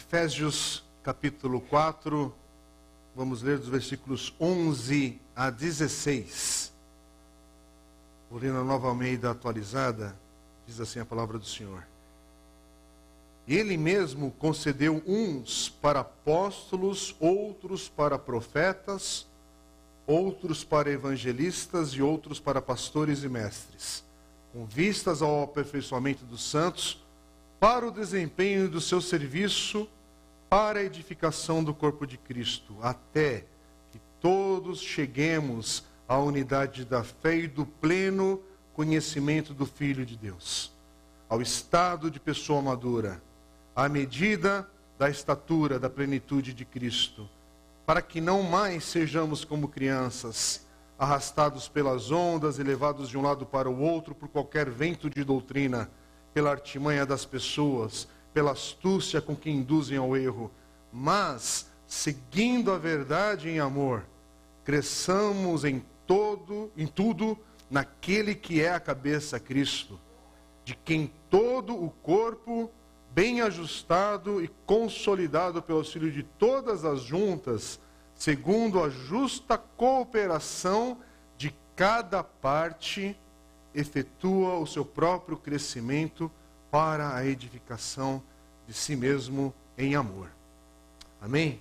Efésios capítulo 4, vamos ler dos versículos 11 a 16. Vou ler na Nova Almeida atualizada, diz assim a palavra do Senhor. Ele mesmo concedeu uns para apóstolos, outros para profetas, outros para evangelistas e outros para pastores e mestres, com vistas ao aperfeiçoamento dos santos, para o desempenho do seu serviço, para a edificação do corpo de Cristo, até que todos cheguemos à unidade da fé e do pleno conhecimento do Filho de Deus, ao estado de pessoa madura, à medida da estatura da plenitude de Cristo, para que não mais sejamos como crianças, arrastados pelas ondas e levados de um lado para o outro por qualquer vento de doutrina, pela artimanha das pessoas, pela astúcia com que induzem ao erro, mas, seguindo a verdade em amor, cresçamos em tudo naquele que é a cabeça, Cristo, de quem todo o corpo, bem ajustado e consolidado pelo auxílio de todas as juntas, segundo a justa cooperação de cada parte, efetua o seu próprio crescimento para a edificação de si mesmo em amor. Amém?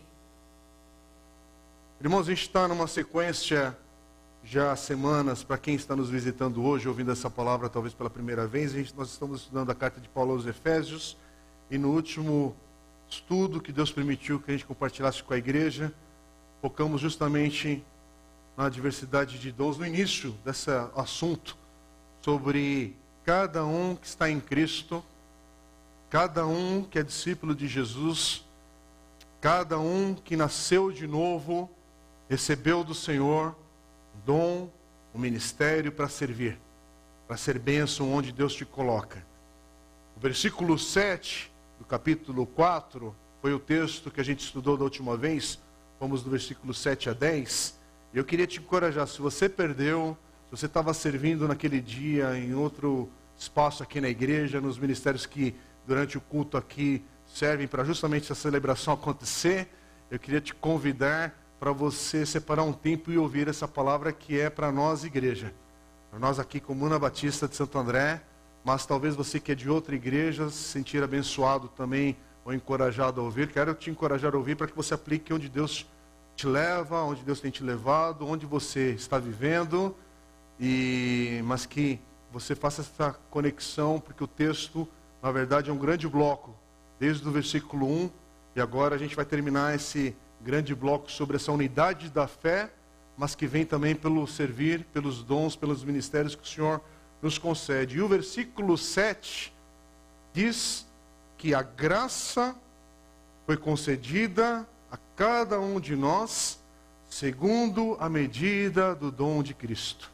Irmãos, a gente está numa sequência já há semanas, para quem está nos visitando hoje, ouvindo essa palavra talvez pela primeira vez, nós estamos estudando a carta de Paulo aos Efésios, e no último estudo que Deus permitiu que a gente compartilhasse com a igreja, focamos justamente na diversidade de dons, no início desse assunto, sobre cada um que está em Cristo, cada um que é discípulo de Jesus, cada um que nasceu de novo, recebeu do Senhor um dom, um ministério para servir, para ser bênção onde Deus te coloca. O versículo 7 do capítulo 4 foi o texto que a gente estudou da última vez, fomos do versículo 7 a 10, e eu queria te encorajar, se você perdeu, se você estava servindo naquele dia em outro espaço aqui na igreja, nos ministérios que durante o culto aqui servem para justamente essa celebração acontecer, eu queria te convidar para você separar um tempo e ouvir essa palavra que é para nós, igreja. Para nós aqui, Comuna Batista de Santo André, mas talvez você que é de outra igreja se sentir abençoado também ou encorajado a ouvir. Quero te encorajar a ouvir para que você aplique onde Deus te leva, onde Deus tem te levado, onde você está vivendo, mas que você faça essa conexão, porque o texto, na verdade, é um grande bloco, desde o versículo 1, e agora a gente vai terminar esse grande bloco sobre essa unidade da fé, mas que vem também pelo servir, pelos dons, pelos ministérios que o Senhor nos concede. E o versículo 7 diz que a graça foi concedida a cada um de nós, segundo a medida do dom de Cristo.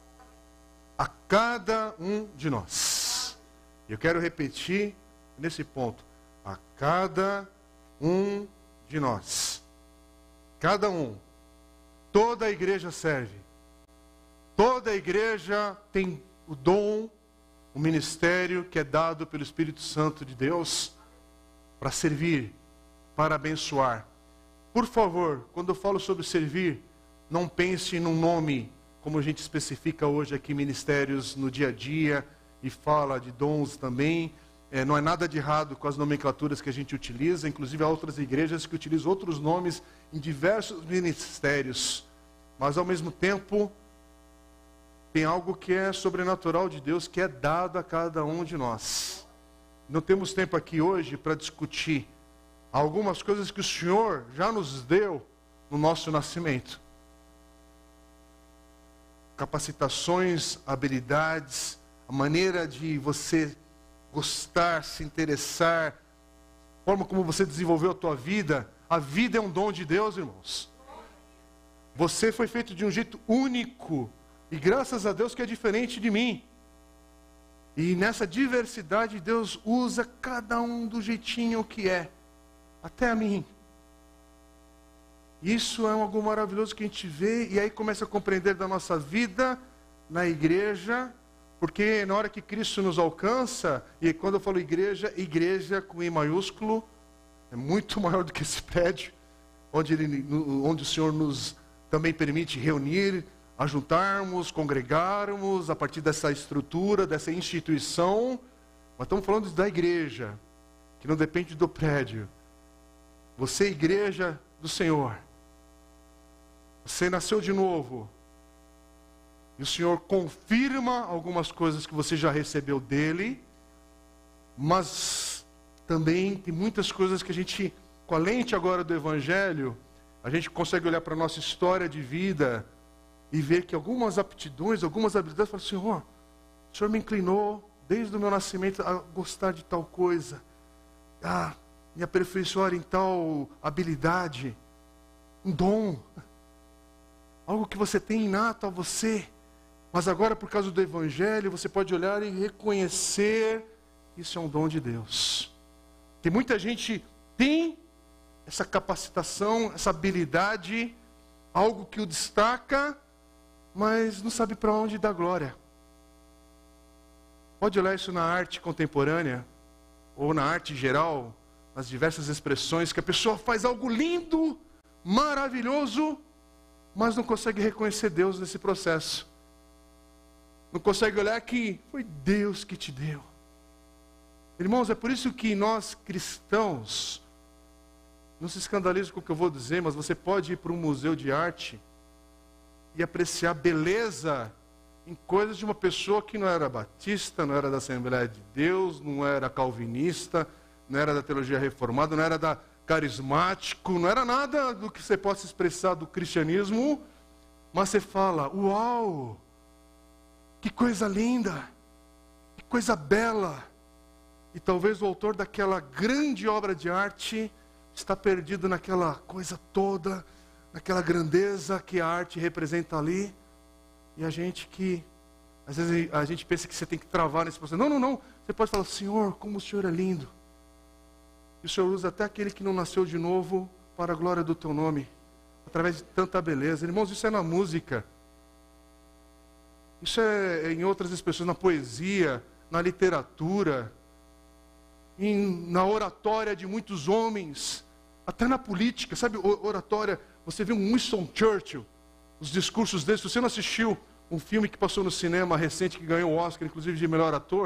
A cada um de nós. Eu quero repetir nesse ponto. A cada um de nós. Cada um. Toda a igreja serve. Toda a igreja tem o dom, o ministério que é dado pelo Espírito Santo de Deus para servir, para abençoar. Por favor, quando eu falo sobre servir, não pense num nome, como a gente especifica hoje aqui, ministérios no dia a dia, e fala de dons também. Não é nada de errado com as nomenclaturas que a gente utiliza, inclusive há outras igrejas que utilizam outros nomes em diversos ministérios. Mas ao mesmo tempo, tem algo que é sobrenatural de Deus, que é dado a cada um de nós. Não temos tempo aqui hoje para discutir algumas coisas que o Senhor já nos deu no nosso nascimento. Capacitações, habilidades, a maneira de você gostar, se interessar, a forma como você desenvolveu a tua vida. A vida é um dom de Deus, irmãos. Você foi feito de um jeito único, e graças a Deus que é diferente de mim. E nessa diversidade, Deus usa cada um do jeitinho que é, até a mim. Isso é algo maravilhoso que a gente vê, e aí começa a compreender da nossa vida na igreja, porque na hora que Cristo nos alcança, e quando eu falo igreja, igreja com I maiúsculo, é muito maior do que esse prédio, onde o Senhor nos também permite reunir, ajuntarmos, congregarmos a partir dessa estrutura, dessa instituição. Mas estamos falando da igreja, que não depende do prédio. Você é igreja do Senhor. Você nasceu de novo. E o Senhor confirma algumas coisas que você já recebeu dele, mas também tem muitas coisas que a gente, com a lente agora do Evangelho, a gente consegue olhar para a nossa história de vida e ver que algumas aptidões, algumas habilidades, fala, Senhor, o Senhor me inclinou desde o meu nascimento a gostar de tal coisa, a me aperfeiçoar em tal habilidade, um dom, algo que você tem inato a você. Mas agora, por causa do Evangelho, você pode olhar e reconhecer que isso é um dom de Deus. Que muita gente tem essa capacitação, essa habilidade, algo que o destaca, mas não sabe para onde dar glória. Pode olhar isso na arte contemporânea, ou na arte geral, nas diversas expressões, que a pessoa faz algo lindo, maravilhoso, mas não consegue reconhecer Deus nesse processo. Não consegue olhar que foi Deus que te deu. Irmãos, é por isso que nós cristãos, não se escandalize com o que eu vou dizer, mas você pode ir para um museu de arte e apreciar beleza em coisas de uma pessoa que não era batista, não era da Assembleia de Deus, não era calvinista, não era da teologia reformada, não era da carismático, não era nada do que você possa expressar do cristianismo, mas você fala, uau, que coisa linda, que coisa bela. E talvez o autor daquela grande obra de arte está perdido naquela coisa toda, naquela grandeza que a arte representa ali. E a gente que, às vezes a gente pensa que você tem que travar nesse processo. Não. Você pode falar, Senhor, como o Senhor é lindo. E o Senhor usa até aquele que não nasceu de novo para a glória do teu nome. Através de tanta beleza. Irmãos, isso é na música. Isso é em outras expressões, na poesia, na literatura, na oratória de muitos homens, até na política, sabe, oratória, você vê um Winston Churchill, os discursos dele. Se você não assistiu um filme que passou no cinema recente, que ganhou o Oscar, inclusive de melhor ator,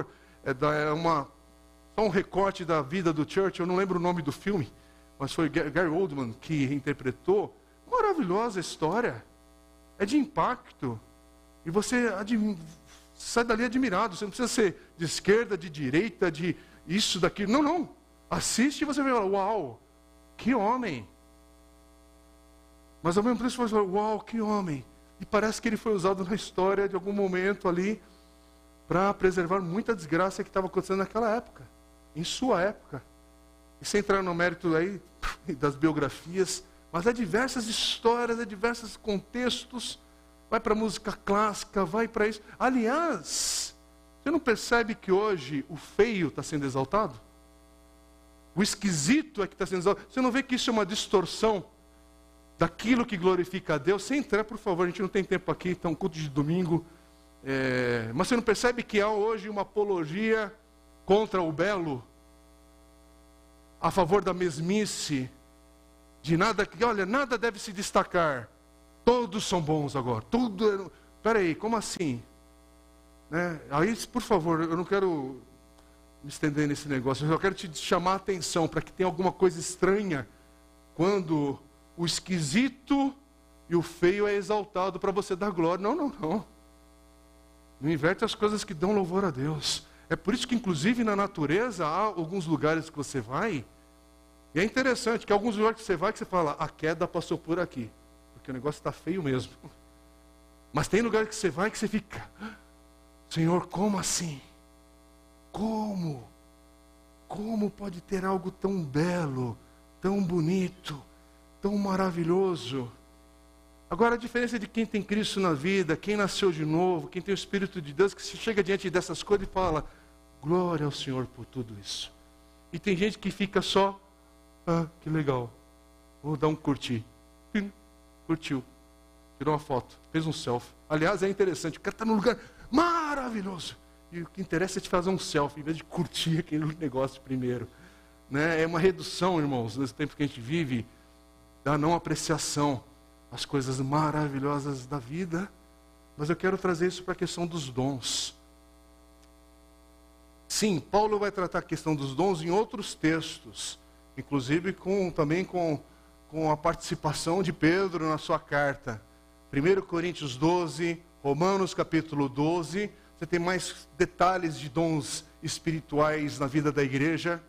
só um recorte da vida do Churchill, eu não lembro o nome do filme, mas foi Gary Oldman que interpretou. Maravilhosa história, é de impacto. E você sai dali admirado. Você não precisa ser de esquerda, de direita, de isso, daquilo. Não. Assiste e você vai falar, uau, que homem. Mas ao mesmo tempo você vai falar, uau, que homem. E parece que ele foi usado na história de algum momento ali para preservar muita desgraça que estava acontecendo naquela época. Em sua época. E sem entrar no mérito aí das biografias, mas há diversas histórias, há diversos contextos. Vai para a música clássica, vai para isso. Aliás, você não percebe que hoje o feio está sendo exaltado? O esquisito é que está sendo exaltado. Você não vê que isso é uma distorção daquilo que glorifica a Deus? Sem entrar, por favor, a gente não tem tempo aqui, então culto de domingo. Mas você não percebe que há hoje uma apologia contra o belo? A favor da mesmice? De nada, olha, nada deve se destacar. Todos são bons agora. Tudo. Peraí, como assim? Né? Aí, por favor, eu não quero me estender nesse negócio. Eu quero te chamar a atenção para que tenha alguma coisa estranha quando o esquisito e o feio é exaltado para você dar glória. Não. Não inverte as coisas que dão louvor a Deus. É por isso que, inclusive, na natureza, há alguns lugares que você vai. E é interessante que alguns lugares que você vai, que você fala, a queda passou por aqui. Porque o negócio está feio mesmo. Mas tem lugares que você vai que você fica, Senhor, como assim? Como? Como pode ter algo tão belo, tão bonito, tão maravilhoso? Agora a diferença de quem tem Cristo na vida, quem nasceu de novo, quem tem o Espírito de Deus, que se chega diante dessas coisas e fala, glória ao Senhor por tudo isso. E tem gente que fica só, que legal, vou dar um curtir. Curtiu, tirou uma foto, fez um selfie. Aliás, é interessante, o cara está num lugar maravilhoso. E o que interessa é te fazer um selfie, em vez de curtir aquele negócio primeiro. né? É uma redução, irmãos, nesse tempo que a gente vive, da não apreciação às coisas maravilhosas da vida. Mas eu quero trazer isso para a questão dos dons. Sim, Paulo vai tratar a questão dos dons em outros textos, inclusive também com a participação de Pedro na sua carta. 1 Coríntios 12, Romanos capítulo 12, você tem mais detalhes de dons espirituais na vida da igreja.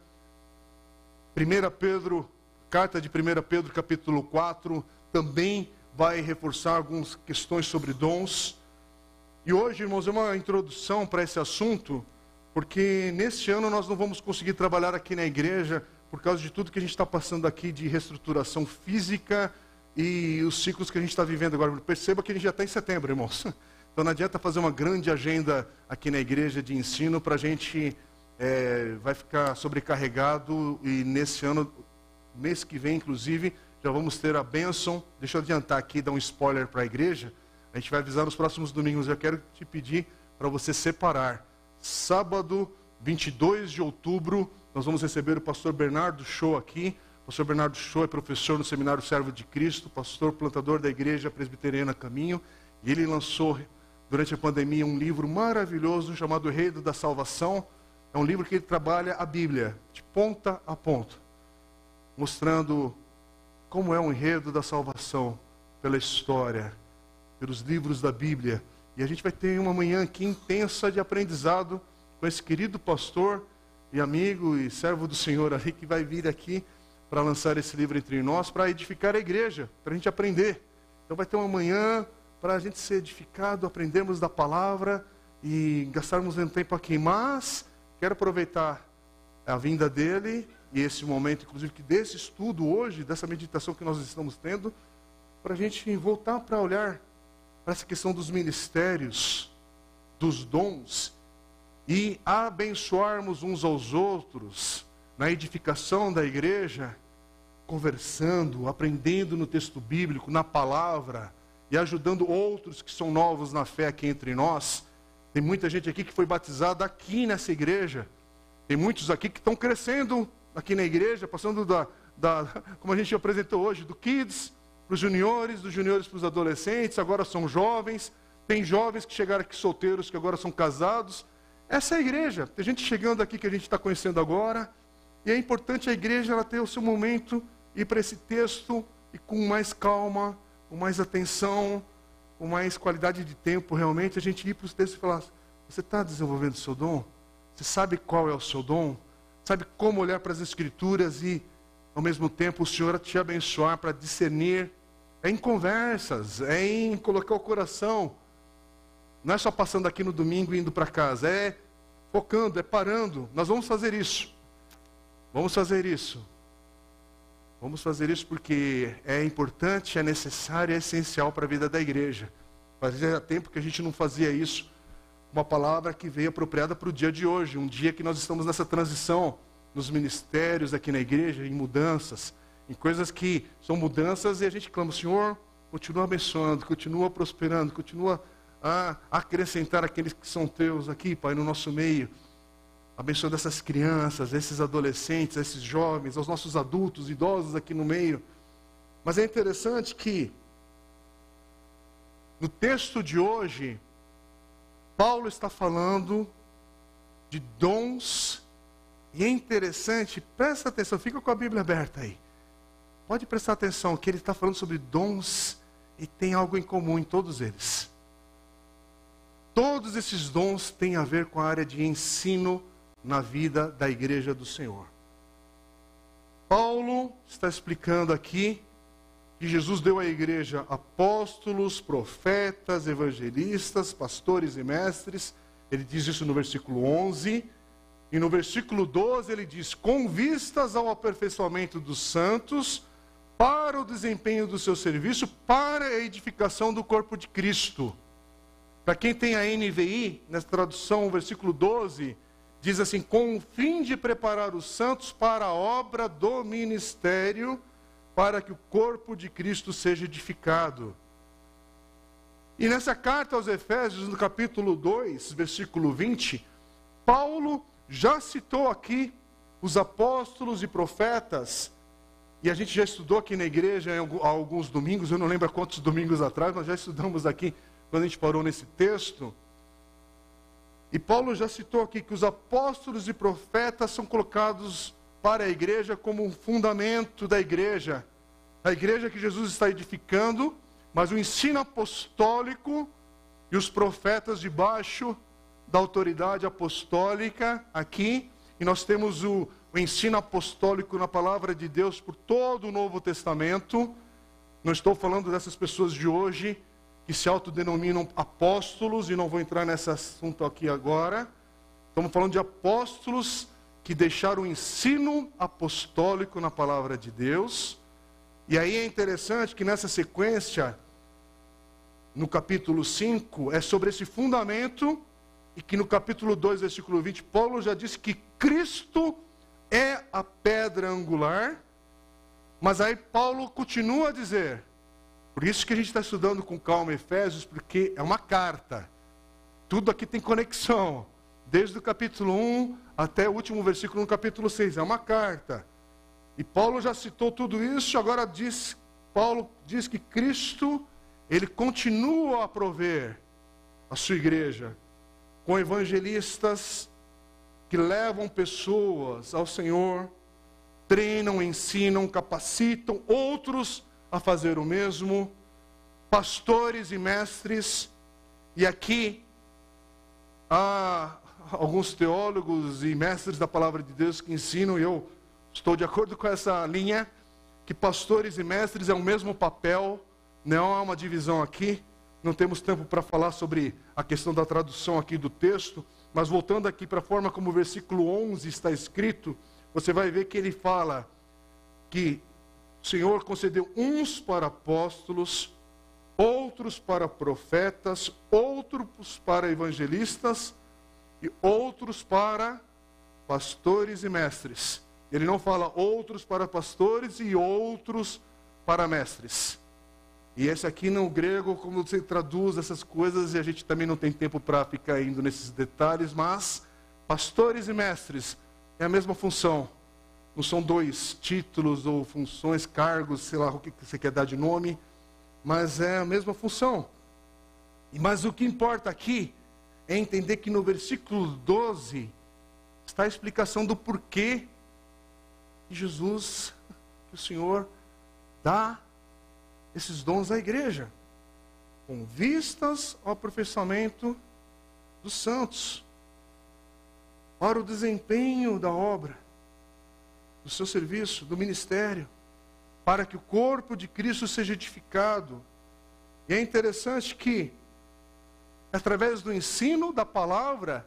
1 Pedro, carta de 1 Pedro capítulo 4, também vai reforçar algumas questões sobre dons. E hoje, irmãos, é uma introdução para esse assunto, porque neste ano nós não vamos conseguir trabalhar aqui na igreja por causa de tudo que a gente está passando aqui de reestruturação física e os ciclos que a gente está vivendo agora. Perceba que a gente já está em setembro, irmãos. Então não adianta fazer uma grande agenda aqui na igreja de ensino para a gente vai ficar sobrecarregado. E nesse ano, mês que vem, inclusive, já vamos ter a bênção. Deixa eu adiantar aqui, dar um spoiler para a igreja. A gente vai avisar nos próximos domingos. Eu quero te pedir para você separar. Sábado, 22 de outubro, nós vamos receber o pastor Bernardo Show aqui. O pastor Bernardo Show é professor no Seminário Servo de Cristo, pastor plantador da Igreja Presbiteriana Caminho. E ele lançou, durante a pandemia, um livro maravilhoso chamado Enredo da Salvação. É um livro que ele trabalha a Bíblia, de ponta a ponta, mostrando como é o enredo da salvação, pela história, pelos livros da Bíblia. E a gente vai ter uma manhã aqui intensa de aprendizado com esse querido pastor e amigo e servo do Senhor ali, que vai vir aqui para lançar esse livro entre nós, para edificar a igreja, para a gente aprender. Então vai ter uma manhã para a gente ser edificado, aprendermos da palavra e gastarmos um tempo aqui. Mas quero aproveitar a vinda dele e esse momento, inclusive, que desse estudo hoje, dessa meditação que nós estamos tendo, para a gente voltar para olhar para essa questão dos ministérios, dos dons, e abençoarmos uns aos outros na edificação da igreja, conversando, aprendendo no texto bíblico, na palavra, e ajudando outros que são novos na fé aqui entre nós. Tem muita gente aqui que foi batizada aqui nessa igreja. Tem muitos aqui que estão crescendo aqui na igreja, passando como a gente apresentou hoje, do Kids para os juniores, dos juniores para os adolescentes, agora são jovens. Tem jovens que chegaram aqui solteiros, que agora são casados. Essa é a igreja. Tem gente chegando aqui que a gente está conhecendo agora. E é importante a igreja ela ter o seu momento, ir para esse texto e com mais calma, com mais atenção, com mais qualidade de tempo realmente, a gente ir para os textos e falar: você está desenvolvendo o seu dom? Você sabe qual é o seu dom? Sabe como olhar para as Escrituras e, ao mesmo tempo, o Senhor te abençoar para discernir? É em conversas, é em colocar o coração. Não é só passando aqui no domingo e indo para casa, é focando, é parando. Nós vamos fazer isso. Vamos fazer isso. Vamos fazer isso porque é importante, é necessário, é essencial para a vida da igreja. Fazia tempo que a gente não fazia isso. Uma palavra que veio apropriada para o dia de hoje. Um dia que nós estamos nessa transição nos ministérios aqui na igreja, em mudanças, em coisas que são mudanças, e a gente clama: Senhor, continua abençoando, continua prosperando, continua a acrescentar aqueles que são teus aqui, Pai, no nosso meio. Abençoando essas crianças, esses adolescentes, esses jovens, os nossos adultos, idosos aqui no meio. Mas é interessante que, no texto de hoje, Paulo está falando de dons, e é interessante, presta atenção, fica com a Bíblia aberta aí. Pode prestar atenção que ele está falando sobre dons e tem algo em comum em todos eles. Todos esses dons têm a ver com a área de ensino na vida da igreja do Senhor. Paulo está explicando aqui que Jesus deu à igreja apóstolos, profetas, evangelistas, pastores e mestres. Ele diz isso no versículo 11. E no versículo 12 ele diz: com vistas ao aperfeiçoamento dos santos, para o desempenho do seu serviço, para a edificação do corpo de Cristo. Para quem tem a NVI, nessa tradução, o versículo 12, diz assim: com o fim de preparar os santos para a obra do ministério, para que o corpo de Cristo seja edificado. E nessa carta aos Efésios, no capítulo 2, versículo 20, Paulo já citou aqui os apóstolos e profetas, e a gente já estudou aqui na igreja há alguns domingos, eu não lembro quantos domingos atrás, nós já estudamos aqui quando a gente parou nesse texto. E Paulo já citou aqui que os apóstolos e profetas são colocados para a igreja como um fundamento da igreja. A igreja que Jesus está edificando, mas o ensino apostólico e os profetas debaixo da autoridade apostólica aqui. E nós temos o ensino apostólico na palavra de Deus por todo o Novo Testamento. Não estou falando dessas pessoas de hoje que se autodenominam apóstolos, e não vou entrar nesse assunto aqui agora. Estamos falando de apóstolos que deixaram o ensino apostólico na palavra de Deus. E aí é interessante que nessa sequência, no capítulo 5, é sobre esse fundamento, e que no capítulo 2, versículo 20, Paulo já disse que Cristo é a pedra angular, mas aí Paulo continua a dizer, por isso que a gente está estudando com calma Efésios, porque é uma carta, tudo aqui tem conexão, desde o capítulo 1 até o último versículo no capítulo 6, é uma carta, e Paulo já citou tudo isso, agora Paulo diz que Cristo, ele continua a prover a sua igreja, com evangelistas que levam pessoas ao Senhor, treinam, ensinam, capacitam outros a fazer o mesmo, pastores e mestres. E aqui há alguns teólogos e mestres da palavra de Deus que ensinam, e eu estou de acordo com essa linha, que pastores e mestres é o mesmo papel, não há uma divisão aqui. Não temos tempo para falar sobre a questão da tradução aqui do texto, mas voltando aqui para a forma como o versículo 11 está escrito, você vai ver que ele fala que o Senhor concedeu uns para apóstolos, outros para profetas, outros para evangelistas e outros para pastores e mestres. Ele não fala outros para pastores e outros para mestres. E esse aqui no grego, como você traduz essas coisas, e a gente também não tem tempo para ficar indo nesses detalhes, mas pastores e mestres é a mesma função. Não são dois títulos ou funções, cargos, sei lá o que você quer dar de nome, mas é a mesma função. Mas o que importa aqui é entender que no versículo 12 está a explicação do porquê que Jesus, que o Senhor dá esses dons à igreja, com vistas ao aperfeiçoamento dos santos, para o desempenho da obra, do seu serviço, do ministério, para que o corpo de Cristo seja edificado. E é interessante que, através do ensino da palavra,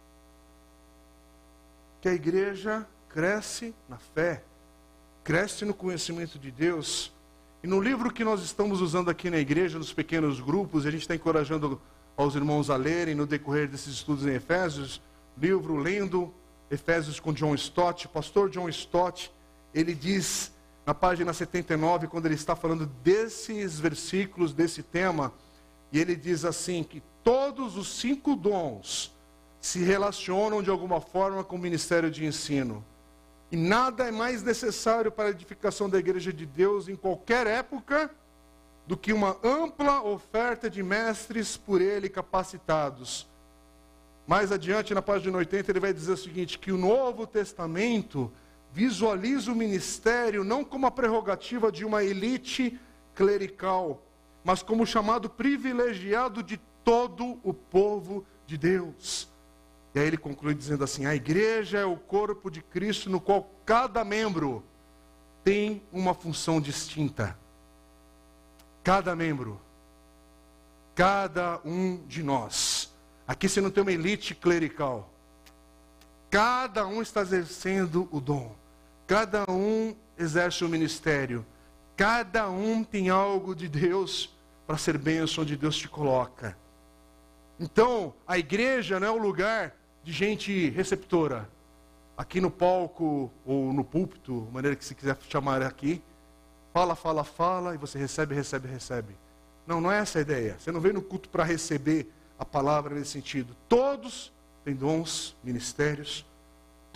que a igreja cresce na fé, cresce no conhecimento de Deus. E no livro que nós estamos usando aqui na igreja, nos pequenos grupos, a gente está encorajando aos irmãos a lerem no decorrer desses estudos em Efésios, livro Lendo Efésios com John Stott, o pastor John Stott, ele diz na página 79, quando ele está falando desses versículos, desse tema, e ele diz assim, que todos os 5 dons se relacionam de alguma forma com o ministério de ensino. E nada é mais necessário para a edificação da igreja de Deus em qualquer época do que uma ampla oferta de mestres por ele capacitados. Mais adiante, na página 80, ele vai dizer o seguinte, que o Novo Testamento visualiza o ministério não como a prerrogativa de uma elite clerical, mas como o chamado privilegiado de todo o povo de Deus. E aí ele conclui dizendo assim, a igreja é o corpo de Cristo no qual cada membro tem uma função distinta. Cada membro, cada um de nós. Aqui você não tem uma elite clerical. Cada um está exercendo o dom. Cada um exerce o ministério. Cada um tem algo de Deus para ser bênção onde Deus te coloca. Então, a igreja não é o lugar de gente receptora. Aqui no palco ou no púlpito, maneira que você quiser chamar aqui, fala, e você recebe. Não, não é essa a ideia. Você não veio no culto para receber a palavra nesse sentido. Todos têm dons, ministérios.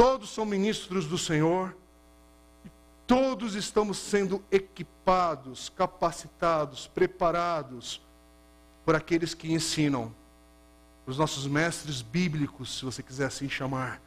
todos são ministros do Senhor, e todos estamos sendo equipados, capacitados, preparados por aqueles que ensinam, os nossos mestres bíblicos, se você quiser assim chamar.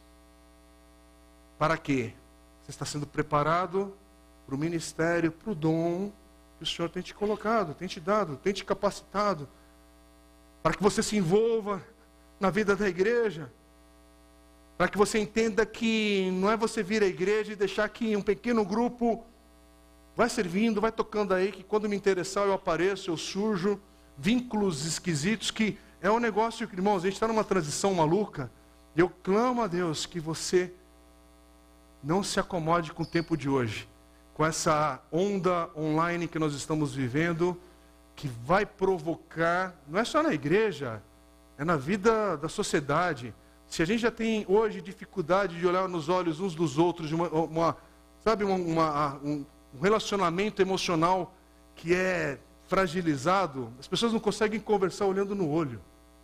Para quê? Você está sendo preparado para o ministério, para o dom que o Senhor tem te colocado, tem te dado, tem te capacitado, para que você se envolva na vida da igreja, para que você entenda que não é você vir à igreja e deixar que um pequeno grupo vai servindo, vai tocando aí, que quando me interessar eu apareço, eu surjo, vínculos esquisitos, que é um negócio, irmãos, a gente está numa transição maluca, e eu clamo a Deus que você não se acomode com o tempo de hoje, com essa onda online que nós estamos vivendo, que vai provocar, não é só na igreja, é na vida da sociedade. Se a gente já tem hoje dificuldade de olhar nos olhos uns dos outros, um relacionamento emocional que é fragilizado, as pessoas não conseguem conversar olhando no olho.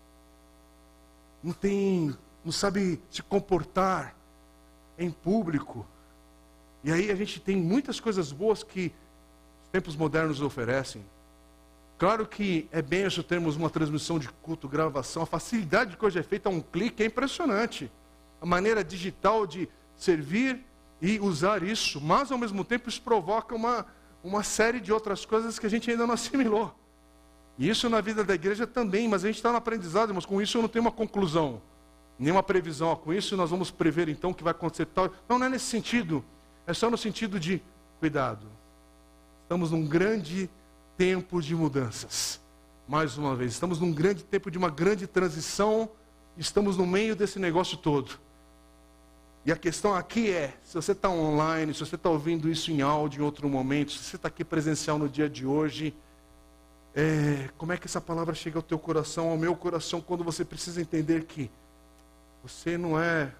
Não sabe se comportar em público. E aí a gente tem muitas coisas boas que os tempos modernos oferecem. Claro que é benção termos uma transmissão de culto, gravação. A facilidade que hoje é feita a um clique é impressionante. A maneira digital de servir e usar isso. Mas, ao mesmo tempo, isso provoca uma série de outras coisas que a gente ainda não assimilou. E isso na vida da igreja também. Mas a gente está no aprendizado, mas com isso eu não tenho uma conclusão, nenhuma previsão. Com isso nós vamos prever então o que vai acontecer tal. Não é nesse sentido. É só no sentido de cuidado. Estamos num grande tempo de mudanças. Mais uma vez, estamos num grande tempo de uma grande transição. Estamos no meio desse negócio todo. E a questão aqui é, se você está online, se você está ouvindo isso em áudio em outro momento, se você está aqui presencial no dia de hoje, como é que essa palavra chega ao teu coração, ao meu coração, quando você precisa entender que você não é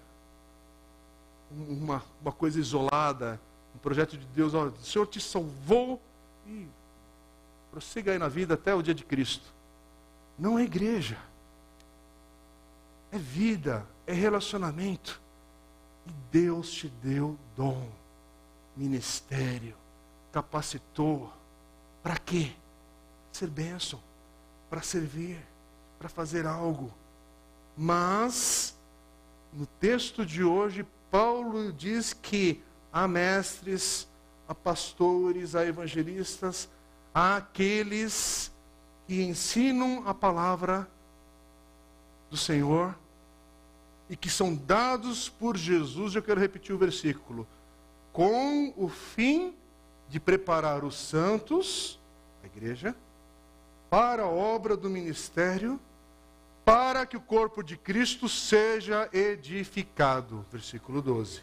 uma coisa isolada, um projeto de Deus. Ó, o Senhor te salvou e prossiga aí na vida até o dia de Cristo. Não é igreja, é vida, é relacionamento. E Deus te deu dom, ministério, capacitou. Para quê? Ser bênção, para servir, para fazer algo. Mas, no texto de hoje, Paulo diz que há mestres, há pastores, há evangelistas, há aqueles que ensinam a palavra do Senhor e que são dados por Jesus. Eu quero repetir o versículo. Com o fim de preparar os santos, a igreja, para a obra do ministério, para que o corpo de Cristo seja edificado. Versículo 12.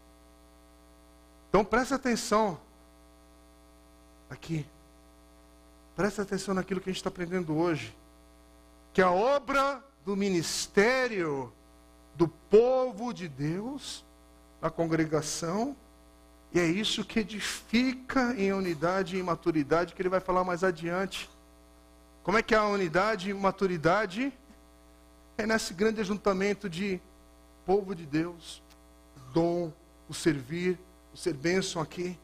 Então presta atenção aqui. Presta atenção naquilo que a gente está aprendendo hoje. Que a obra do ministério do povo de Deus, da congregação, e é isso que edifica em unidade e em maturidade, que ele vai falar mais adiante. Como é que é a unidade e maturidade? É nesse grande ajuntamento de povo de Deus, dom, o servir, o ser bênção aqui.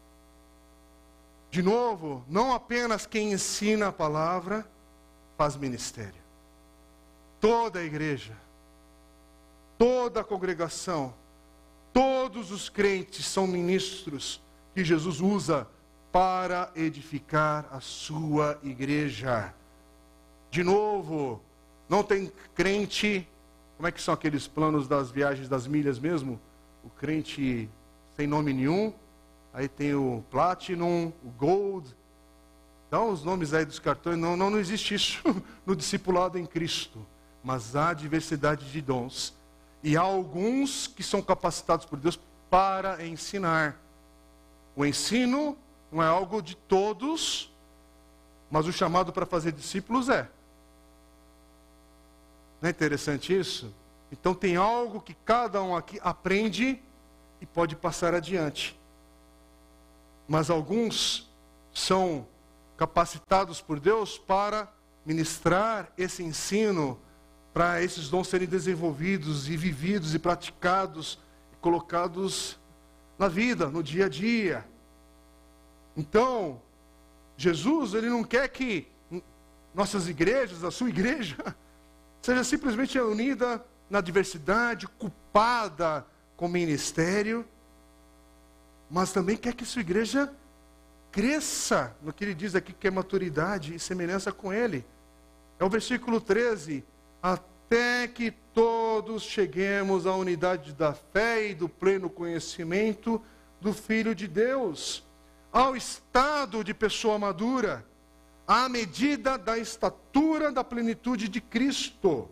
De novo, não apenas quem ensina a palavra faz ministério. Toda a igreja, toda a congregação, todos os crentes são ministros que Jesus usa para edificar a sua igreja. De novo, não tem crente, como é que são aqueles planos das viagens das milhas mesmo? O crente sem nome nenhum, aí tem o Platinum, o Gold, dá os nomes aí dos cartões. Não existe isso no discipulado em Cristo, mas há diversidade de dons. E há alguns que são capacitados por Deus para ensinar. O ensino não é algo de todos, mas o chamado para fazer discípulos é. Não é interessante isso? Então tem algo que cada um aqui aprende e pode passar adiante. Mas alguns são capacitados por Deus para ministrar esse ensino, para esses dons serem desenvolvidos e vividos e praticados colocados na vida, no dia a dia. Então, Jesus, ele não quer que nossas igrejas, a sua igreja, seja simplesmente unida na diversidade, ocupada com o ministério, mas também quer que sua igreja cresça no que ele diz aqui, que é maturidade e semelhança com ele. É o versículo 13, até que todos cheguemos à unidade da fé e do pleno conhecimento do Filho de Deus, ao estado de pessoa madura, à medida da estatura da plenitude de Cristo.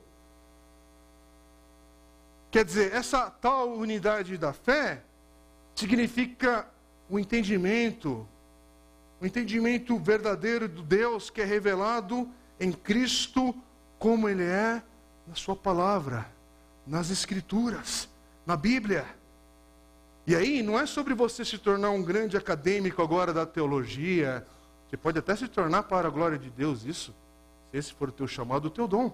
Quer dizer, essa tal unidade da fé significa o entendimento verdadeiro do Deus que é revelado em Cristo, como Ele é na sua palavra, nas Escrituras, na Bíblia. E aí, não é sobre você se tornar um grande acadêmico agora da teologia. Você pode até se tornar para a glória de Deus isso, se esse for o teu chamado, o teu dom.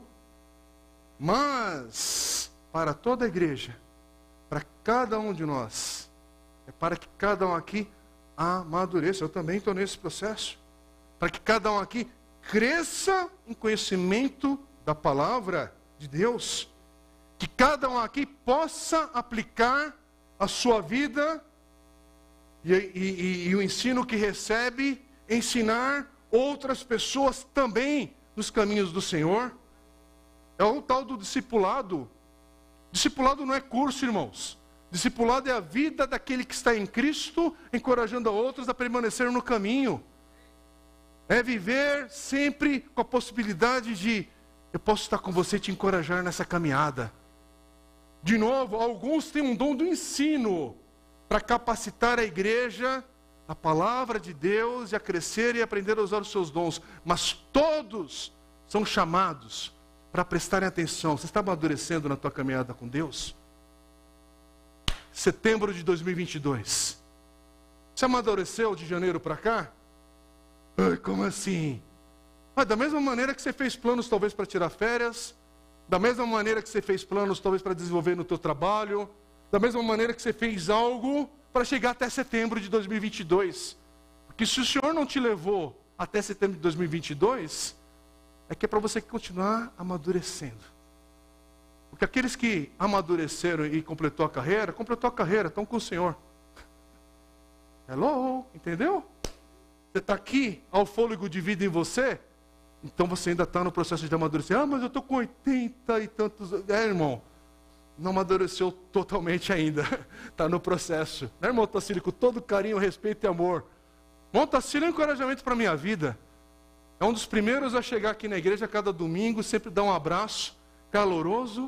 Mas, para toda a igreja, para cada um de nós, é para que cada um aqui amadureça. Eu também estou nesse processo. Para que cada um aqui cresça em conhecimento da palavra de Deus. Que cada um aqui possa aplicar a sua vida e o ensino que recebe, ensinar outras pessoas também nos caminhos do Senhor. É o tal do discipulado. Discipulado não é curso, irmãos. Discipulado é a vida daquele que está em Cristo, encorajando a outros a permanecer no caminho. É viver sempre com a possibilidade de, eu posso estar com você e te encorajar nessa caminhada. De novo, alguns têm um dom do ensino para capacitar a igreja, a palavra de Deus, e a crescer e aprender a usar os seus dons. Mas todos são chamados para prestarem atenção. Você está amadurecendo na tua caminhada com Deus? Setembro de 2022. Você amadureceu de janeiro para cá? Ai, como assim? Da mesma maneira que você fez planos talvez para tirar férias, da mesma maneira que você fez planos talvez para desenvolver no teu trabalho, da mesma maneira que você fez algo para chegar até setembro de 2022. Porque se o Senhor não te levou até setembro de 2022, é que é para você continuar amadurecendo. Porque aqueles que amadureceram e completou a carreira, estão com o Senhor. Hello, entendeu? Você está aqui, ao fôlego de vida em você, então você ainda está no processo de amadurecer. Ah, mas eu estou com 80 e tantos... irmão, não amadureceu totalmente ainda. Está no processo. Irmão Tacílio, com todo carinho, respeito e amor. Irmão Tacílio é um encorajamento para a minha vida. É um dos primeiros a chegar aqui na igreja a cada domingo, sempre dar um abraço caloroso.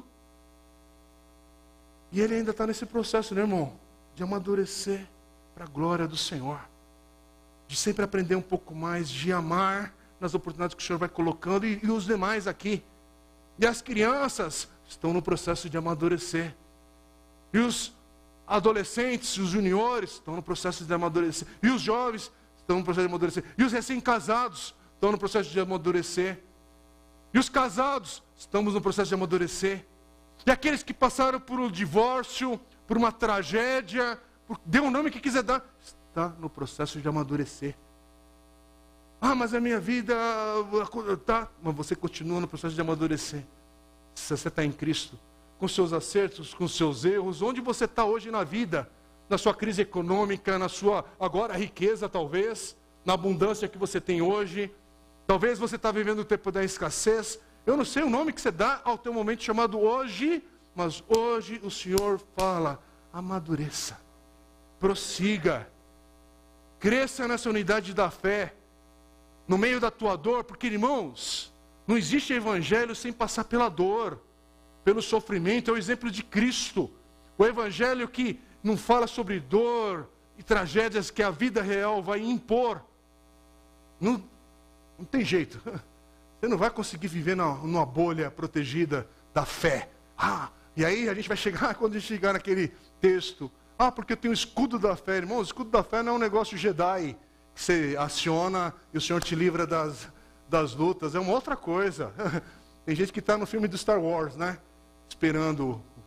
E ele ainda está nesse processo, né, irmão? De amadurecer para a glória do Senhor. De sempre aprender um pouco mais, de amar nas oportunidades que o Senhor vai colocando, e os demais aqui. E as crianças estão no processo de amadurecer. E os adolescentes, os juniores, estão no processo de amadurecer. E os jovens estão no processo de amadurecer. E os recém-casados estão no processo de amadurecer. E os casados estamos no processo de amadurecer. E aqueles que passaram por um divórcio, por uma tragédia, dê o nome que quiser dar, está no processo de amadurecer. Ah, mas a minha vida tá, mas você continua no processo de amadurecer. Se você está em Cristo, com seus acertos, com seus erros, onde você está hoje na vida, na sua crise econômica, na sua agora riqueza talvez, na abundância que você tem hoje, talvez você está vivendo o tempo da escassez. Eu não sei o nome que você dá ao teu momento chamado hoje, mas hoje o Senhor fala, amadureça, prossiga, cresça nessa unidade da fé, no meio da tua dor, porque, irmãos, não existe evangelho sem passar pela dor, pelo sofrimento. É o exemplo de Cristo, o evangelho que não fala sobre dor e tragédias que a vida real vai impor. Não tem jeito. Você não vai conseguir viver numa bolha protegida da fé. E aí a gente vai chegar, quando a gente chegar naquele texto, porque eu tenho o escudo da fé. Irmão, o escudo da fé não é um negócio Jedi, que você aciona e o Senhor te livra das lutas. É uma outra coisa. Tem gente que está no filme do Star Wars, né? Esperando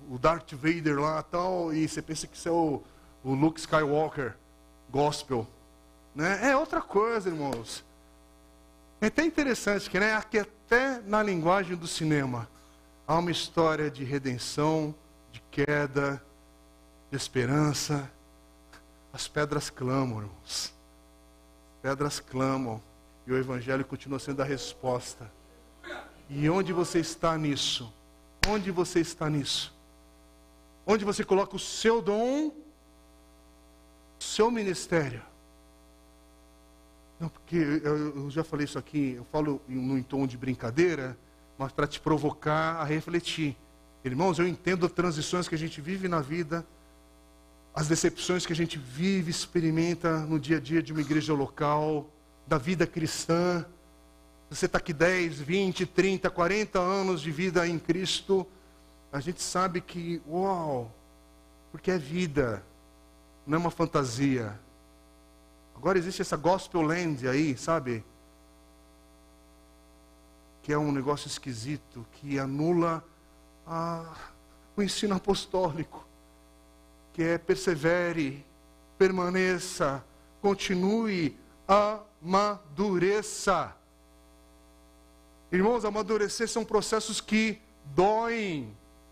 o Darth Vader lá tal, e você pensa que isso é o Luke Skywalker gospel. Né? É outra coisa, irmãos. É até interessante que, né, aqui até na linguagem do cinema há uma história de redenção, de queda, de esperança. As pedras clamam, irmãos. As pedras clamam. E o Evangelho continua sendo a resposta. E onde você está nisso? Onde você está nisso? Onde você coloca o seu dom, o seu ministério. Não, porque eu já falei isso aqui, eu falo em tom de brincadeira, mas para te provocar a refletir. Irmãos, eu entendo as transições que a gente vive na vida, as decepções que a gente vive, experimenta no dia a dia de uma igreja local, da vida cristã. Você está aqui 10, 20, 30, 40 anos de vida em Cristo, a gente sabe que, uau, porque é vida, não é uma fantasia. Agora existe essa gospel land aí, sabe? Que é um negócio esquisito, que anula o ensino apostólico. Que é persevere, permaneça, continue, amadureça. Irmãos, amadurecer são processos que doem.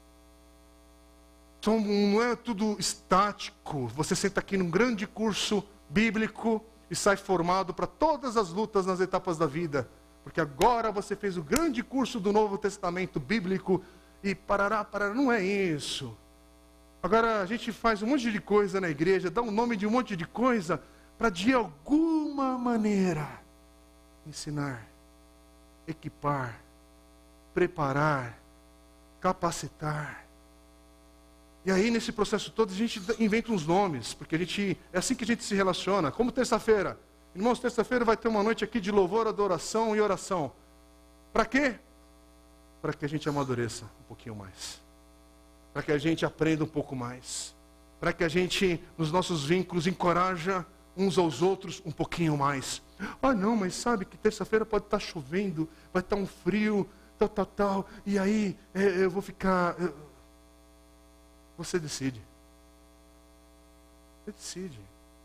Não é tudo estático. Você senta aqui num grande curso bíblico e sai formado para todas as lutas nas etapas da vida. Porque agora você fez o grande curso do Novo Testamento bíblico e parará. Não é isso. Agora a gente faz um monte de coisa na igreja, dá um nome de um monte de coisa para de alguma maneira ensinar, equipar, preparar, capacitar. E aí, nesse processo todo, a gente inventa uns nomes, porque é assim que a gente se relaciona. Como terça-feira. Irmãos, terça-feira vai ter uma noite aqui de louvor, adoração e oração. Para quê? Para que a gente amadureça um pouquinho mais. Para que a gente aprenda um pouco mais. Para que a gente, nos nossos vínculos, encoraja uns aos outros um pouquinho mais. Ah, não, mas sabe que terça-feira pode estar chovendo, vai estar um frio, tal. E aí, eu vou ficar... Você decide. Você decide.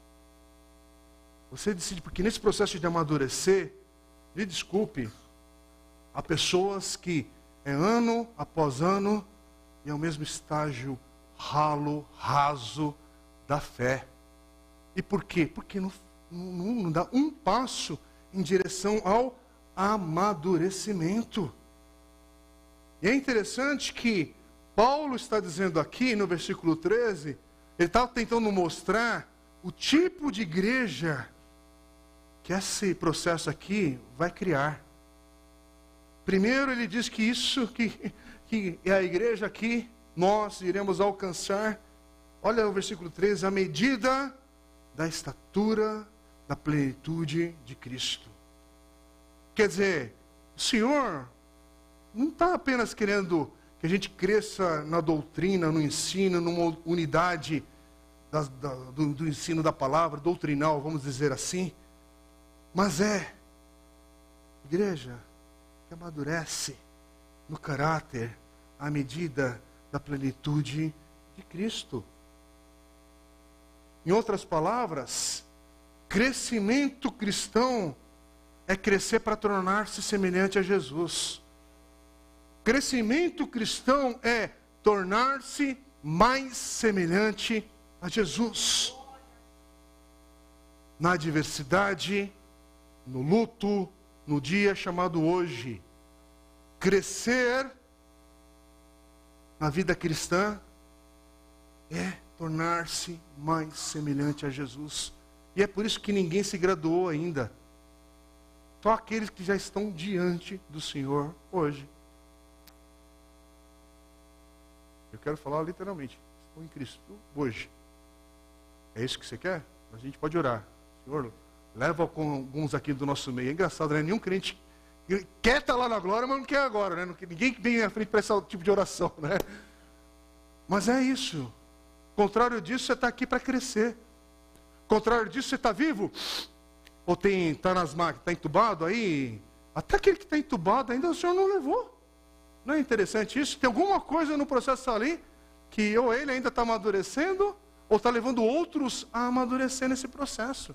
Você decide, porque nesse processo de amadurecer, me desculpe, há pessoas que é ano após ano e é o mesmo estágio raso da fé. E por quê? Porque não dá um passo em direção ao amadurecimento. E é interessante que Paulo está dizendo aqui no versículo 13, ele está tentando mostrar o tipo de igreja que esse processo aqui vai criar. Primeiro ele diz que isso que é a igreja aqui, nós iremos alcançar, olha o versículo 13, a medida da estatura da plenitude de Cristo. Quer dizer, o Senhor não está apenas querendo que a gente cresça na doutrina, no ensino, numa unidade do ensino da palavra, doutrinal, vamos dizer assim. Mas igreja que amadurece no caráter à medida da plenitude de Cristo. Em outras palavras, crescimento cristão é crescer para tornar-se semelhante a Jesus. Crescimento cristão é tornar-se mais semelhante a Jesus. Na adversidade, no luto, no dia chamado hoje. Crescer na vida cristã é tornar-se mais semelhante a Jesus. E é por isso que ninguém se graduou ainda. Só aqueles que já estão diante do Senhor hoje. Eu quero falar literalmente. Estou em Cristo hoje. É isso que você quer? A gente pode orar. Senhor, leva com alguns aqui do nosso meio. É engraçado, né? Nenhum crente quer estar lá na glória, mas não quer agora, né? Ninguém vem à frente para esse tipo de oração, né? Mas é isso. Contrário disso, você está aqui para crescer. Contrário disso, você está vivo? Ou está nas máquinas, está entubado aí? Até aquele que está entubado ainda o Senhor não levou. Não é interessante isso? Tem alguma coisa no processo ali que ou ele ainda está amadurecendo, ou está levando outros a amadurecer nesse processo.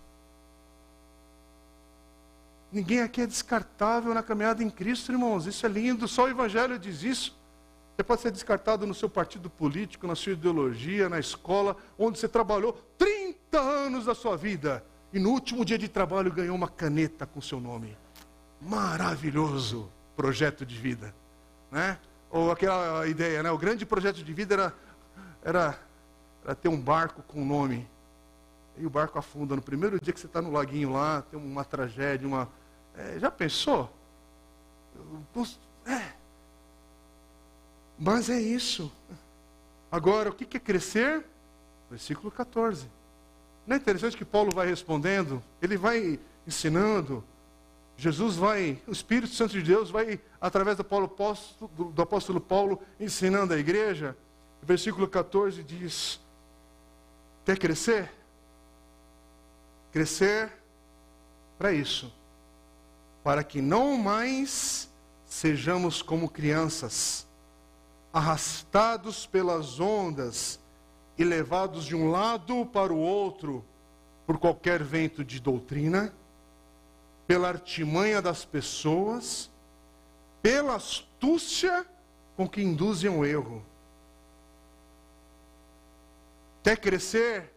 Ninguém aqui é descartável na caminhada em Cristo, irmãos. Isso é lindo, só o Evangelho diz isso. Você pode ser descartado no seu partido político, na sua ideologia, na escola, onde você trabalhou 30 anos da sua vida. E no último dia de trabalho ganhou uma caneta com seu nome. Maravilhoso projeto de vida, né? Ou aquela ideia, né? O grande projeto de vida era ter um barco com nome. E o barco afunda no primeiro dia que você está no laguinho lá, tem uma tragédia, já pensou? Mas é isso. Agora, o que é crescer? Versículo 14. Não é interessante que Paulo vai respondendo? Ele vai ensinando. O Espírito Santo de Deus vai, através do apóstolo Paulo, ensinando a igreja. Versículo 14 diz: quer crescer? Crescer para isso. Para que não mais sejamos como crianças, arrastados pelas ondas e levados de um lado para o outro por qualquer vento de doutrina, pela artimanha das pessoas, pela astúcia com que induzem o erro. Quer crescer?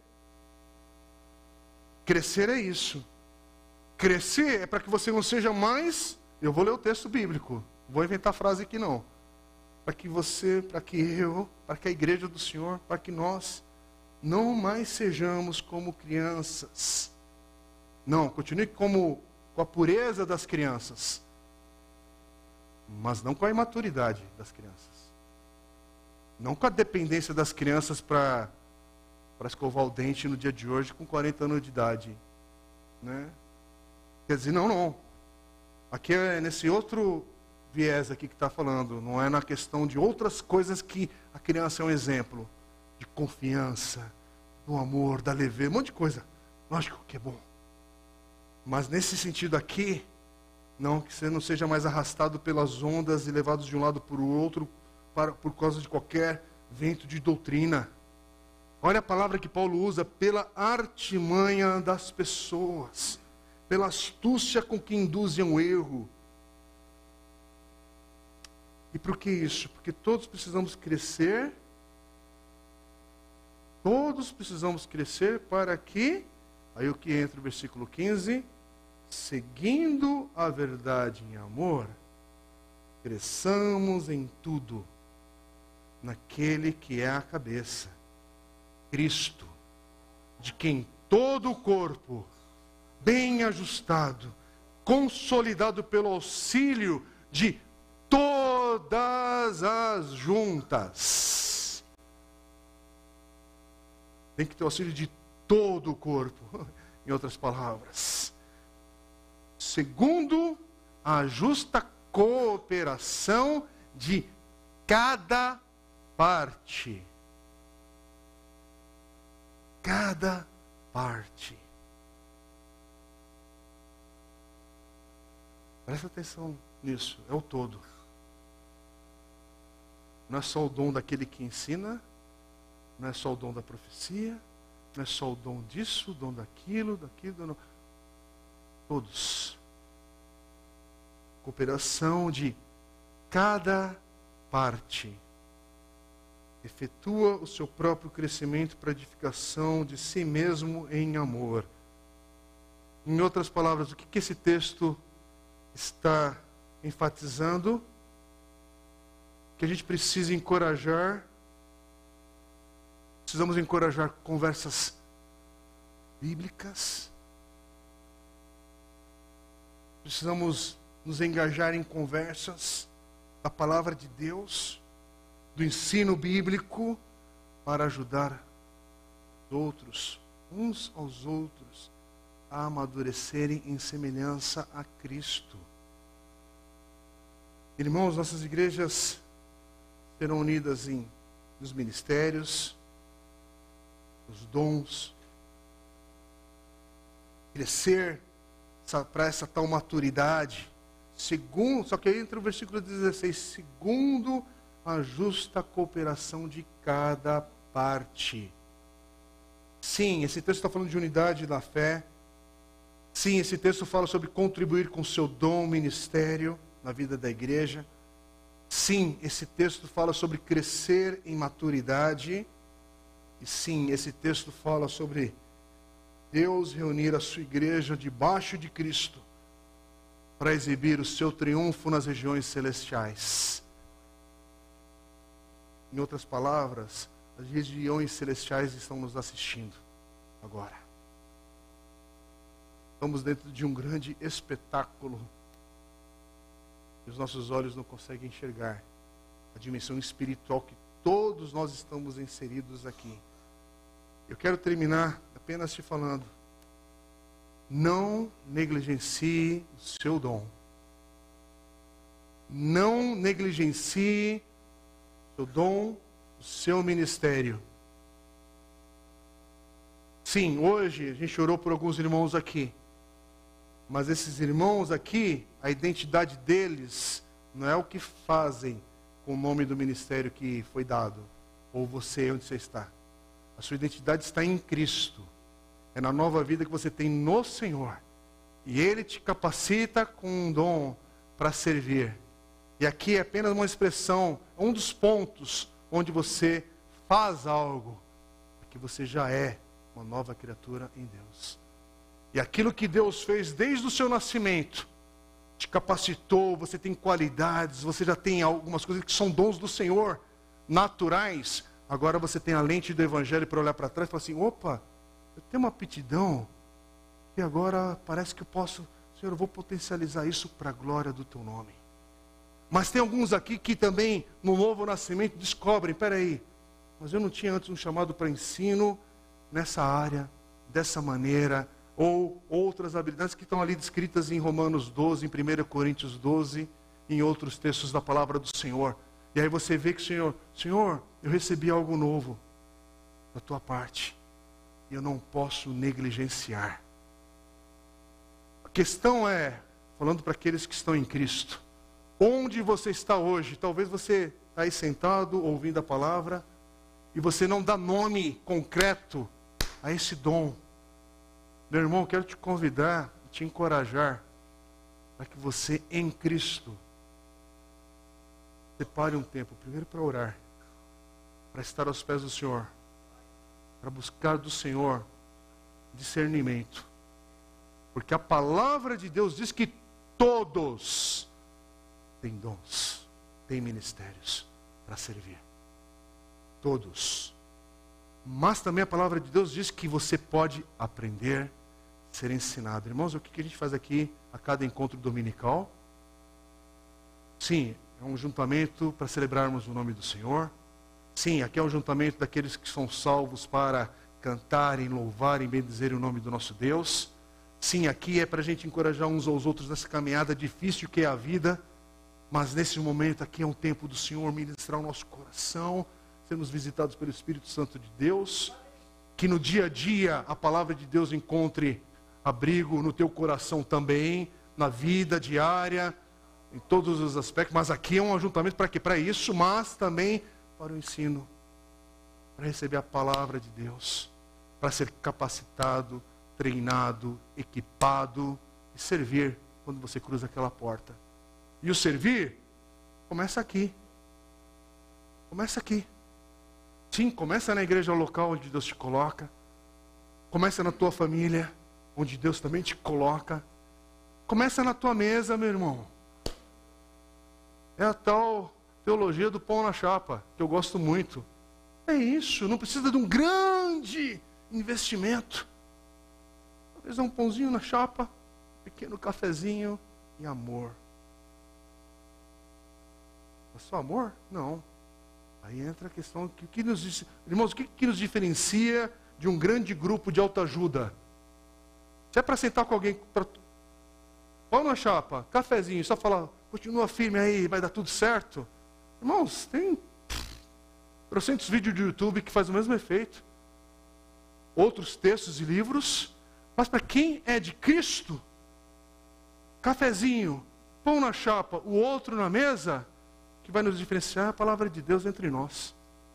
Crescer é isso. Crescer é para que você não seja mais... Eu vou ler o texto bíblico. Não vou inventar frase aqui não. Para que você, para que eu, para que a igreja do Senhor, para que nós não mais sejamos como crianças. Não, continue com a pureza das crianças. Mas não com a imaturidade das crianças. Não com a dependência das crianças para escovar o dente no dia de hoje com 40 anos de idade. Né? Quer dizer, não. Aqui é nesse outro viés aqui que está falando. Não é na questão de outras coisas que a criança é um exemplo. De confiança, do amor, da leveza, um monte de coisa. Lógico que é bom. Mas nesse sentido aqui, não, que você não seja mais arrastado pelas ondas e levado de um lado para o outro por causa de qualquer vento de doutrina. Olha a palavra que Paulo usa: pela artimanha das pessoas, pela astúcia com que induzem o erro. E por que isso? Porque todos precisamos crescer. Todos precisamos crescer para que, aí o que entra o versículo 15, seguindo a verdade em amor, cresçamos em tudo, naquele que é a cabeça, Cristo, de quem todo o corpo, bem ajustado, consolidado pelo auxílio de todas as juntas. Tem que ter o auxílio de todo o corpo, em outras palavras. Segundo a justa cooperação de cada parte. Cada parte. Presta atenção nisso, é o todo. Não é só o dom daquele que ensina, não é só o dom da profecia, não é só o dom disso, o dom daquilo, não. Todos. Cooperação de cada parte. Efetua o seu próprio crescimento para a edificação de si mesmo em amor. Em outras palavras, o que esse texto está enfatizando? Que a gente precisa encorajar, precisamos encorajar conversas bíblicas, precisamos nos engajar em conversas da palavra de Deus, do ensino bíblico, para ajudar os outros, uns aos outros, a amadurecerem em semelhança a Cristo. Irmãos, nossas igrejas serão unidas nos ministérios, nos dons, crescer para essa tal maturidade, só que aí entra o versículo 16, segundo com a justa cooperação de cada parte. Sim, esse texto está falando de unidade da fé. Sim, esse texto fala sobre contribuir com o seu dom, ministério na vida da igreja. Sim, esse texto fala sobre crescer em maturidade. E sim, esse texto fala sobre Deus reunir a sua igreja debaixo de Cristo para exibir o seu triunfo nas regiões celestiais. Em outras palavras, as regiões celestiais estão nos assistindo agora. Estamos dentro de um grande espetáculo que os nossos olhos não conseguem enxergar. A dimensão espiritual que todos nós estamos inseridos aqui. Eu quero terminar apenas te falando: não negligencie o seu dom. Não negligencie o seu dom, o seu ministério. Sim, hoje a gente orou por alguns irmãos aqui. Mas esses irmãos aqui, a identidade deles não é o que fazem com o nome do ministério que foi dado. Ou você, onde você está. A sua identidade está em Cristo. É na nova vida que você tem no Senhor. E Ele te capacita com um dom para servir. E aqui é apenas uma expressão, um dos pontos onde você faz algo. Porque você já é uma nova criatura em Deus. E aquilo que Deus fez desde o seu nascimento, te capacitou, você tem qualidades, você já tem algumas coisas que são dons do Senhor, naturais. Agora você tem a lente do Evangelho para olhar para trás e falar assim: opa, eu tenho uma aptidão, e agora parece que eu posso, Senhor, eu vou potencializar isso para a glória do Teu nome. Mas tem alguns aqui que também, no novo nascimento, descobrem: peraí, mas eu não tinha antes um chamado para ensino nessa área, dessa maneira, ou outras habilidades que estão ali descritas em Romanos 12, em 1 Coríntios 12, em outros textos da palavra do Senhor. E aí você vê que Senhor, eu recebi algo novo da tua parte, e eu não posso negligenciar. A questão é, falando para aqueles que estão em Cristo, onde você está hoje? Talvez você está aí sentado, ouvindo a palavra, e você não dá nome concreto a esse dom. Meu irmão, eu quero te convidar, te encorajar, para que você, em Cristo, separe um tempo, primeiro para orar, para estar aos pés do Senhor, para buscar do Senhor discernimento. Porque a palavra de Deus diz que todos têm dons, têm ministérios para servir. Todos. Mas também a palavra de Deus diz que você pode aprender, ser ensinado. Irmãos, o que a gente faz aqui a cada encontro dominical? Sim, é um juntamento para celebrarmos o nome do Senhor. Sim, aqui é um juntamento daqueles que são salvos para cantarem, louvarem, bendizerem o nome do nosso Deus. Sim, aqui é para a gente encorajar uns aos outros nessa caminhada difícil que é a vida. Mas nesse momento aqui é um tempo do Senhor ministrar o nosso coração, sermos visitados pelo Espírito Santo de Deus, que no dia a dia a palavra de Deus encontre abrigo no teu coração também, na vida diária, em todos os aspectos. Mas aqui é um ajuntamento para quê? Para isso, mas também para o ensino, para receber a palavra de Deus, para ser capacitado, treinado, equipado e servir quando você cruza aquela porta. E o servir começa aqui. Começa aqui. Sim, começa na igreja local onde Deus te coloca. Começa na tua família, onde Deus também te coloca. Começa na tua mesa, meu irmão. É a tal teologia do pão na chapa, que eu gosto muito. É isso, não precisa de um grande investimento. Talvez um pãozinho na chapa, um pequeno cafezinho e amor. É só amor? Não. Aí entra a questão, irmãos, o que nos diferencia de um grande grupo de autoajuda? Se é para sentar com alguém, pão na chapa, cafezinho, só falar, continua firme aí, vai dar tudo certo. Irmãos, tem trocentos vídeos de YouTube que faz o mesmo efeito. Outros textos e livros. Mas para quem é de Cristo, cafezinho, pão na chapa, o outro na mesa, que vai nos diferenciar é a palavra de Deus entre nós.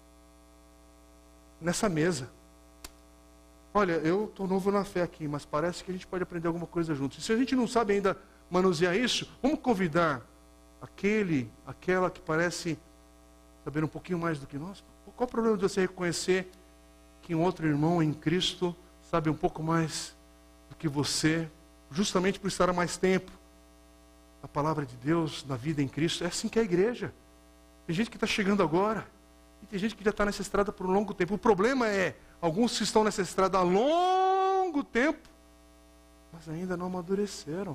Nessa mesa. Olha, eu estou novo na fé aqui, mas parece que a gente pode aprender alguma coisa juntos. E se a gente não sabe ainda manusear isso, vamos convidar aquela que parece saber um pouquinho mais do que nós. Qual o problema de você reconhecer que um outro irmão em Cristo sabe um pouco mais do que você, justamente por estar há mais tempo a palavra de Deus na vida em Cristo? É assim que é a igreja. Tem gente que está chegando agora e tem gente que já está nessa estrada por um longo tempo. O problema é, alguns que estão nessa estrada há longo tempo, mas ainda não amadureceram.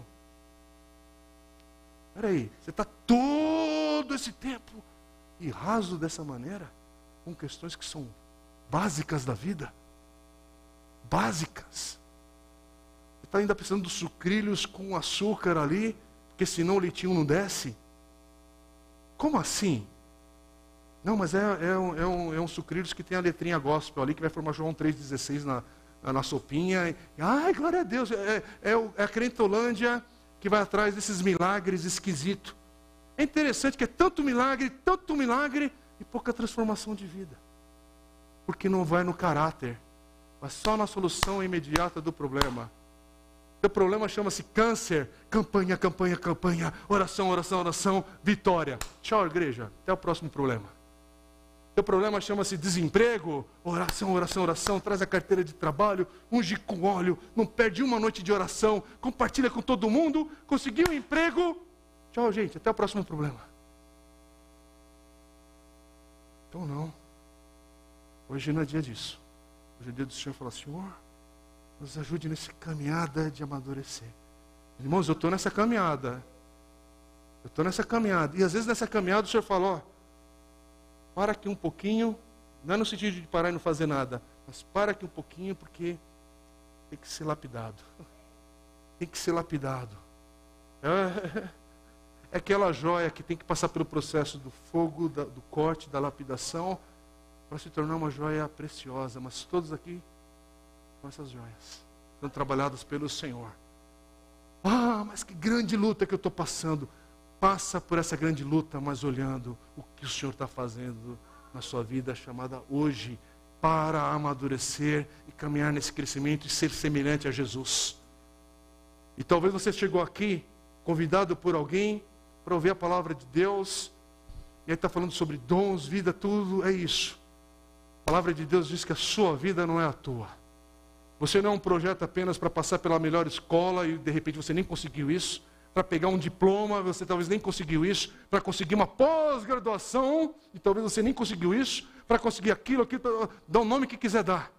Espera aí, você está todo esse tempo e raso dessa maneira, com questões que são básicas da vida? Básicas. Você está ainda precisando dos sucrilhos com açúcar ali, porque senão o leitinho não desce? Como assim? Não, mas é um sucrilhos que tem a letrinha gospel ali, que vai formar João 3,16 na sopinha. Ai, glória a Deus. É a crentolândia que vai atrás desses milagres esquisitos. É interessante que é tanto milagre e pouca transformação de vida. Porque não vai no caráter, mas só na solução imediata do problema. O problema chama-se câncer. Campanha, campanha, campanha. Oração, oração, oração. Vitória. Tchau, igreja. Até o próximo problema. O problema chama-se desemprego. Oração, oração, oração. Traz a carteira de trabalho. Unge com óleo. Não perde uma noite de oração. Compartilha com todo mundo. Conseguiu um emprego. Tchau, gente. Até o próximo problema. Então não. Hoje não é dia disso. Hoje é dia do Senhor falar: Senhor, nos ajude nessa caminhada de amadurecer. Irmãos, eu estou nessa caminhada. E às vezes nessa caminhada o Senhor fala: ó, para aqui um pouquinho. Não é no sentido de parar e não fazer nada, mas para aqui um pouquinho, porque tem que ser lapidado. Tem que ser lapidado. É aquela joia que tem que passar pelo processo do fogo, do corte, da lapidação, para se tornar uma joia preciosa. Mas todos aqui são essas joias, são trabalhadas pelo Senhor. Ah, mas que grande luta que eu estou passando. Passa por essa grande luta, mas olhando o que o Senhor está fazendo na sua vida, chamada hoje, para amadurecer e caminhar nesse crescimento e ser semelhante a Jesus. E talvez você chegou aqui, convidado por alguém, para ouvir a palavra de Deus, e aí está falando sobre dons, vida, tudo, é isso. A palavra de Deus diz que a sua vida não é à toa. Você não é um projeto apenas para passar pela melhor escola e de repente você nem conseguiu isso, para pegar um diploma, você talvez nem conseguiu isso, para conseguir uma pós-graduação, e talvez você nem conseguiu isso, para conseguir aquilo, dá o nome que quiser dar.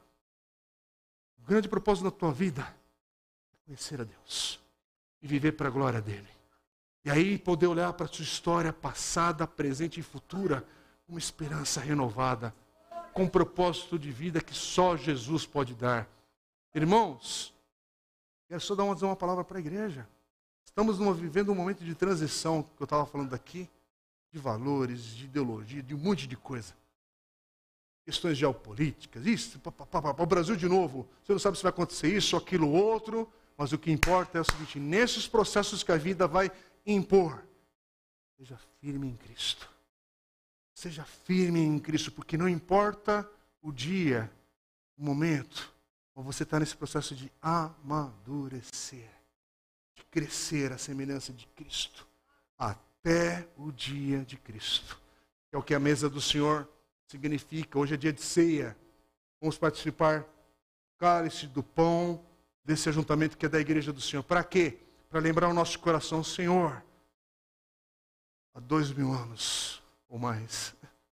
O grande propósito da tua vida é conhecer a Deus e viver para a glória dele. E aí poder olhar para a sua história passada, presente e futura, com uma esperança renovada, com um propósito de vida que só Jesus pode dar. Irmãos, quero só dizer uma palavra para a igreja. Estamos vivendo um momento de transição, que eu estava falando aqui, de valores, de ideologia, de um monte de coisa. Questões geopolíticas, isso, o Brasil de novo, você não sabe se vai acontecer isso ou aquilo outro, mas o que importa é o seguinte: nesses processos que a vida vai impor, seja firme em Cristo. Seja firme em Cristo, porque não importa o dia, o momento, mas você está nesse processo de amadurecer, de crescer à semelhança de Cristo, até o dia de Cristo. Que é o que a mesa do Senhor significa. Hoje é dia de ceia. Vamos participar do cálice, do pão, desse ajuntamento que é da igreja do Senhor. Para quê? Para lembrar o nosso coração: Senhor, há 2000 anos ou mais,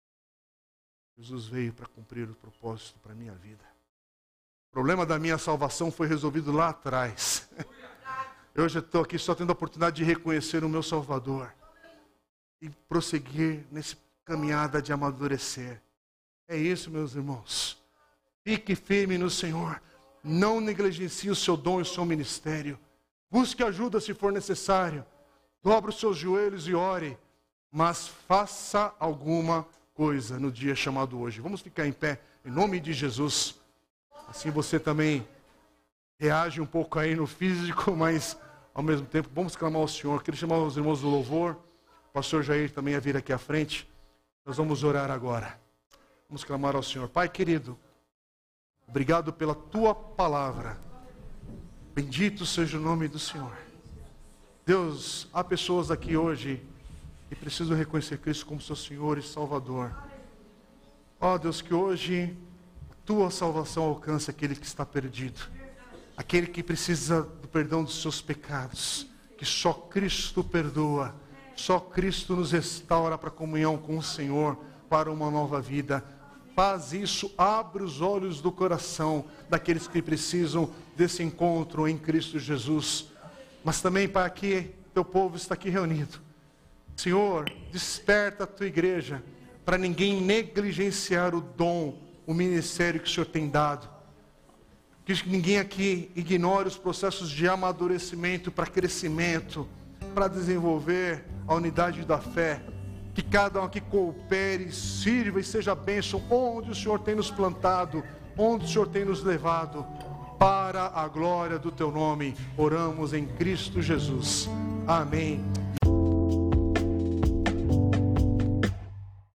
Jesus veio para cumprir o propósito para a minha vida. O problema da minha salvação foi resolvido lá atrás. Eu já estou aqui só tendo a oportunidade de reconhecer o meu Salvador e prosseguir nessa caminhada de amadurecer. É isso, meus irmãos. Fique firme no Senhor. Não negligencie o seu dom e o seu ministério. Busque ajuda se for necessário. Dobre os seus joelhos e ore. Mas faça alguma coisa no dia chamado hoje. Vamos ficar em pé, em nome de Jesus. Assim você também reage um pouco aí no físico, mas ao mesmo tempo vamos clamar ao Senhor. Queria chamar os irmãos do louvor. pastor Jair também a vir aqui à frente. Nós vamos orar agora. Vamos clamar ao Senhor. Pai querido, obrigado pela tua palavra. Bendito seja o nome do Senhor. Deus, há pessoas aqui hoje que precisam reconhecer Cristo como seu Senhor e Salvador. Ó Deus, que hoje a tua salvação alcance aquele que está perdido, aquele que precisa do perdão dos seus pecados, que só Cristo perdoa, só Cristo nos restaura para a comunhão com o Senhor, para uma nova vida. Faz isso, abre os olhos do coração daqueles que precisam desse encontro em Cristo Jesus. Mas também para que teu povo está aqui reunido. Senhor, desperta a tua igreja para ninguém negligenciar o dom, o ministério que o Senhor tem dado. Que ninguém aqui ignore os processos de amadurecimento para crescimento, para desenvolver a unidade da fé. Que cada um aqui coopere, sirva e seja bênção onde o Senhor tem nos plantado, onde o Senhor tem nos levado, para a glória do teu nome. Oramos em Cristo Jesus. Amém.